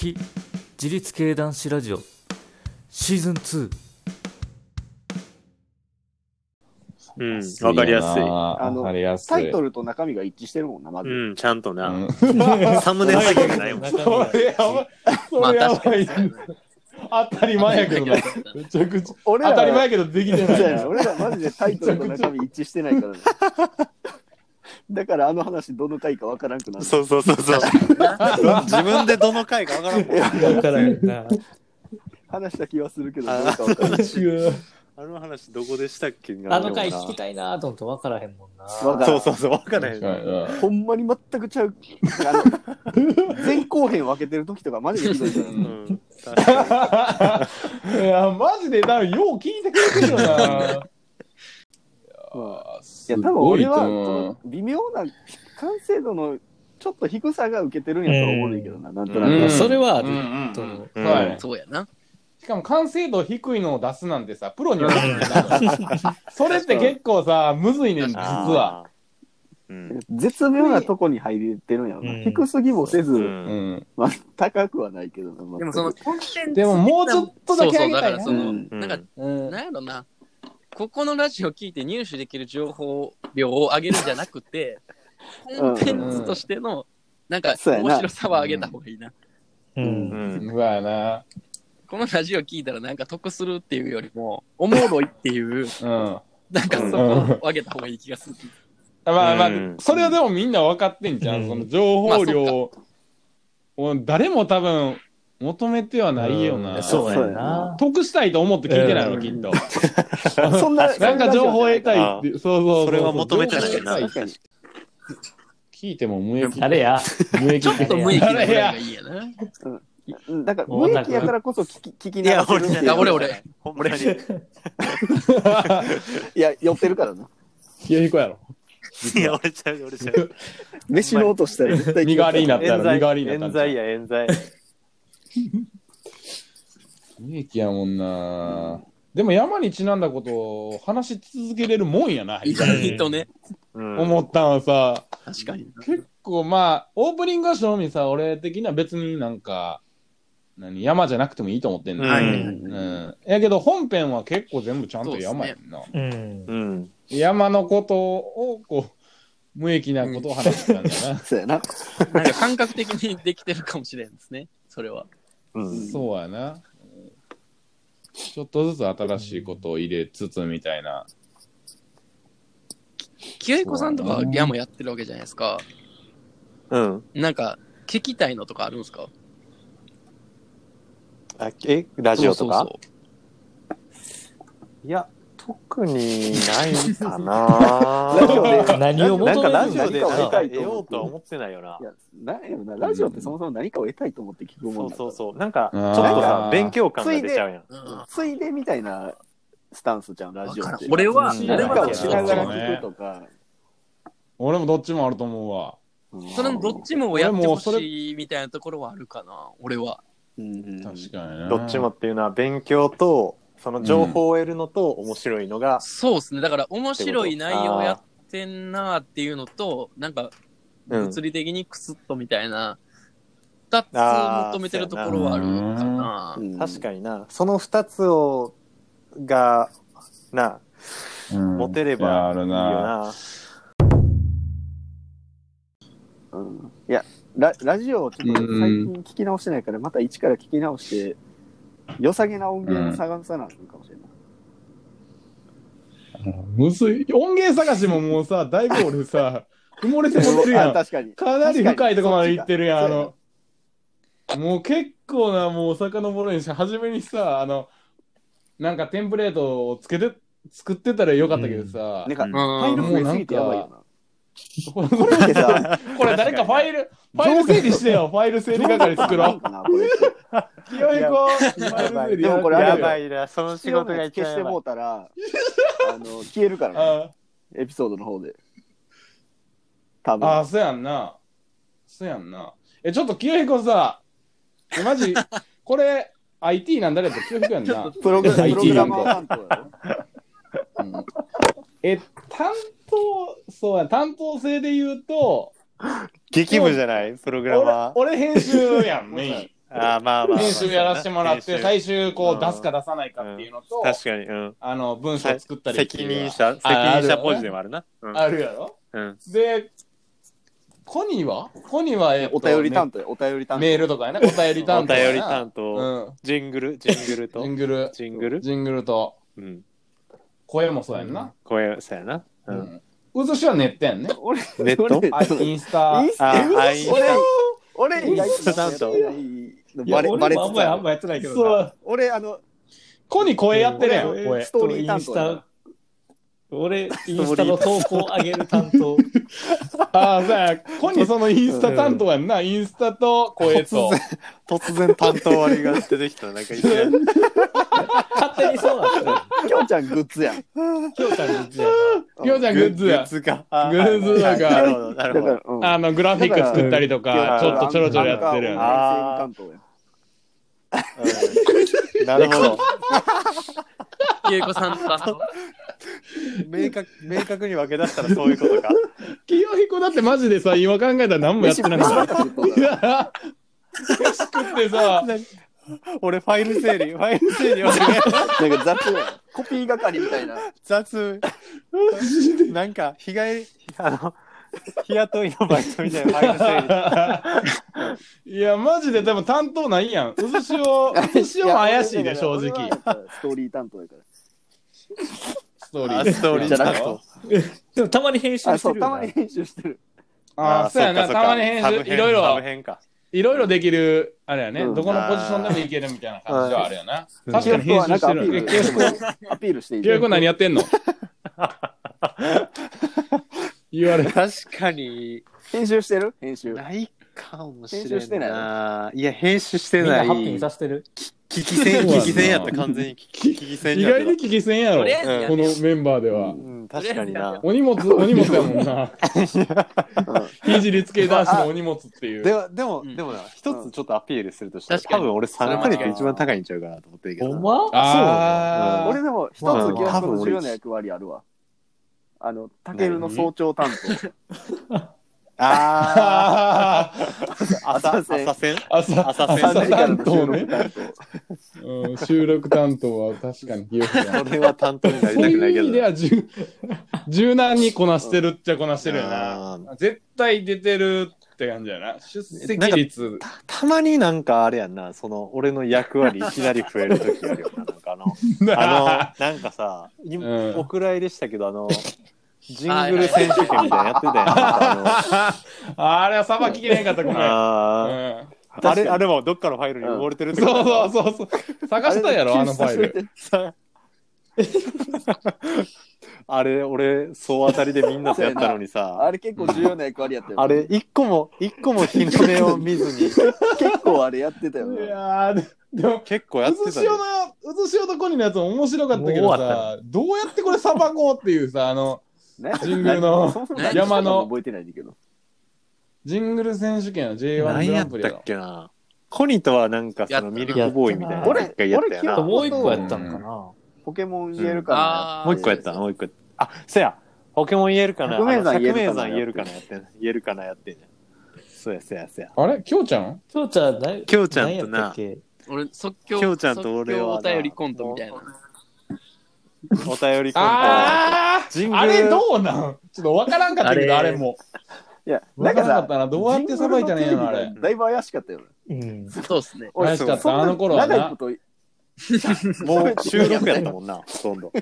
非自立系男子ラジオシーズン2。 うん、わかりやすい。 わかりやすい。 タイトルと中身が一致してるもんな、まず。 うん、ちゃんとな。 うん、 サムネだけがないもん。 それやばい。それやばい。当たり前やけどな。めちゃくちゃ。当たり前やけどできてないな。 俺らマジでタイトルと中身一致してないからね。だからあの話どの回かわからんくなる。 そう自分でどの回かわからんもん。 わからんな。 話した気はするけどどうかわからん。 あの話どこでしたっけ。 あの回聞きたいなと思って分からへんもんな。 そう分からへん。 ほんまに全くちゃう。前後編分けてる時とかマジでひどいから。 いやマジで多分よう聞いてくれてるよな。 いや多分俺はこの微妙な完成度のちょっと低さが受けてるんやと思うんだけどな、なんとなく。 それはあると思う。 そうやな。 しかも完成度低いのを出すなんてさ、プロにはそれって結構さ、むずいねん、実は。 絶妙なとこに入れてるんやろな。低すぎもせず、まあ高くはないけどな。 でもそのコンテンツでももうちょっとだけ上げたいな。 そうだからその、なんか、なんやろな。ここのラジオ聞いて入手できる情報量を上げるんじゃなくて、コンテンツとしての、なんか、面白さは上げた方がいいな。 うわやな。 このラジオ聞いたらなんか得するっていうよりも、おもろいっていう、なんかそこを上げた方がいい気がする。 まあ、それはでもみんな分かってんじゃん。その情報量を誰も多分求めてはないよな。 そうやな。 得したいと思って聞いてないの、きっと。 そんな、 なんか情報得たいって。そう。 それは求めてないな。 聞いても無益。 あれや。 無益。 ちょっと無益なぐらいがいいやな。 だから無益やからこそ聞きながらするっていう。 俺。 ほんまに。 いや、寄ってるからな。 いや、いこやろ。 いや、俺ちゃう。 飯の音したら絶対身代わりになったら、 冤罪。 無益やもんな。でも山にちなんだことを話し続けれるもんやな。 意外とね。 思ったのはさ、 確かに。 結構まあ、オープニングは正味さ、俺的には別になんか、山じゃなくてもいいと思ってんの。やけど本編は結構全部ちゃんと山やんな。山のことをこう、無益なことを話してたんだな。 そうやな。 なんか感覚的にできてるかもしれんですね。それは。 そうやな。ちょっとずつ新しいことを入れつつみたいな。 清彦さんとか山やってるわけじゃないですか。なんか聞きたいのとかあるんですか？ ラジオとか？いや、特にないかな。 ラジオで何を求めるなんかラジオで得ようとは思ってないよな。 いや、なんやろな。ラジオってそもそも何かを得たいと思って聞くもんだから。 そう。なんか、ちょっとさ、勉強感が出ちゃうやん。 ついでみたいなスタンスじゃん、ラジオって。 俺は何かをしながら聞くとか。 俺もどっちもあると思うわ。 それのどっちもやってほしいみたいなところはあるかな、俺は。 確かにね。 どっちもっていうのは勉強と、その情報を得るのと面白いのが、 そうですね。だから面白い内容やってんなっていうのと、なんか物理的にクスッとみたいな、二つ求めてるところはあるかな。 確かにな。その二つをが持てればいいよな。 いやラジオをちょっと最近聞き直してないから、また一から聞き直して良さげな音源を探さなくていいかもしれない。 むずい。音源探しももうさ、だいぶ俺さ、埋もれてもってるやん。 確かに。 かなり深いとこまで行ってるやん。もう結構な、もう遡るにし、初めにさ、なんかテンプレートを作ってたらよかったけどさ、 なんかファイル増えすぎてやばいよな。 これ誰かファイル整理してよ。ファイル整理係作ろう。清彦、ファイル整理でもこれやばいな、その仕事が消してもうたら消えるからね、エピソードの方で。多分。 そうやんな。ちょっと清彦さ、マジこれ IT なんだれって清彦やんな。 プログラマー担当やろ。 担当性で言うと激務じゃないプログラマー。 俺編集やんメイン。 編集やらせてもらって、最終こう出すか出さないかっていうのと、 確かに、 文章作ったり責任者ポジでもあるな。 あるやろ。で、コニーはお便り担当や、お便り担当。 メールとかやね、お便り担当。 お便り担当。ジングルと、声もそうやんな。 声、そうやな。 うずしはネットやんね。 ネットインスタ。 俺、意外と担当。バレつつあんまやってないけどな。俺、 コニー声やってるやん、声。 ストーリー担当。 俺、インスタの投稿を上げる担当。 ああ、さあ、コニーそのインスタ担当やんな。インスタと声と。 突然担当割りが出てきた。なんか勝手にそうなってる。 きょうちゃんグッズやん。 きょうちゃんグッズやん。 きょうちゃんグッズや。 グッズか。 グッズだから。 なるほど。 グラフィック作ったりとか、ちょっとちょろちょろやってるやん。 なるほど。 ゆうこさんと明確に分け出したらそういうことか。 清彦だってマジでさ、今考えたら何もやってないんだよ。飯食ってさ、 俺ファイル整理はね。 なんか雑コピー係みたいな。 雑。なんか日雇いのバイトみたいなファイル整理。いやマジで多分担当ないやん。うずしお怪しいで正直。 ストーリー担当やから。 ストーリーじゃなくて。 でもたまに編集してる。 たまに編集してる。 そうやな。たまに編集いろいろできるあれやね。どこのポジションでもいけるみたいな感じではあるよな。確かに編集してる。 アピールしていい。 清彦何やってんの？言われ確かに編集してる？編集ないかもしれない。 編集してない。 いや編集してない。 みんなハッピーにさせてる。 聞き戦やった完全に聞き戦意外に聞き戦やろ。このメンバーでは。 確かにな。 お荷物やもんな。非自立系男子のお荷物っていう。 でもな一つちょっとアピールするとしたら多分俺3ヶ月一番高いんちゃうかなと思ってるけど。 ほんま？ 俺でも一つ逆の重要な役割あるわ。たけるの早朝担当。 朝担当ね。収録担当は確かに清彦さん。 それは担当になりたくないけど。そういう意味では柔軟にこなしてるっちゃこなしてるよな。絶対出てるって感じやな。出席率。 たまになんかあれやんな、俺の役割いきなり増えるときあるよな。なんかさ、お蔵入りしたけどジングル選手権みたいなやってたやん。 あれはさばききれへんかった、ごめん。あれもどっかのファイルに埋もれてるってことそう。探したやろ、あのファイル。 あれ、俺、総当たりでみんなとやったのにさ。 あれ結構重要な役割やったよ。 あれ、一個も日の目を見ずに。 結構あれやってたよね。 いやでも結構やってた。うずしおとコニーのやつも面白かったけどさ、どうやってこれさばこうっていうさ、ジングルの山の覚えてないんだけど。 ジングル選手権は J1 グランプリやったっけな。コニとはなんかミルクボーイみたいなの一回やったよな。 もう一個やったんかな。 ポケモン言えるかな。 もう一個やった。あ、そや。ポケモン言えるかな。百名山言えるかなやってん。言えるかなやってんじゃん。そうや。 あれきょうちゃんとな。 俺即興きょうちゃんと俺はお便りコントみたいな。 お便りコント。 あれどうなん？ちょっとわからんかったけど、あれも。 いや、 なんかさ、どうやってさばいたらいいのあれ。 だいぶ怪しかったよね。そうっすね。 怪しかった、あの頃はな。 もう収録やったもんな、ほとんど。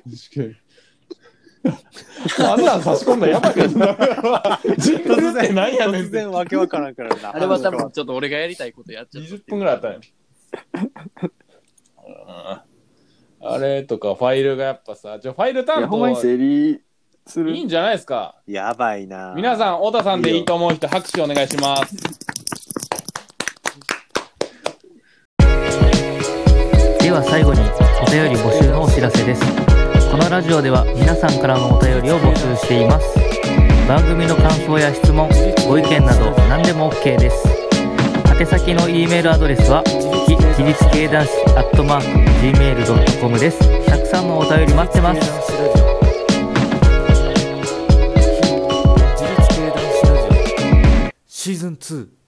あんなん差し込んだらやばいけどな。突然何やねん。 突然わけわからんからな。 あれは多分ちょっと俺がやりたいことやっちゃった。 20分ぐらいあったよ。あれとかファイルがやっぱさ、ファイル担当整理するいいんじゃないですか。 やばいな。 皆さん、太田さんでいいと思う人拍手お願いします。 では最後にお便り募集のお知らせです。このラジオでは皆さんからのお便りを募集しています。番組の感想や質問、ご意見など何でも OK です。宛先の E メールアドレスは自立系男子@gmail.com です。たくさんのお便り待ってます。 シーズン2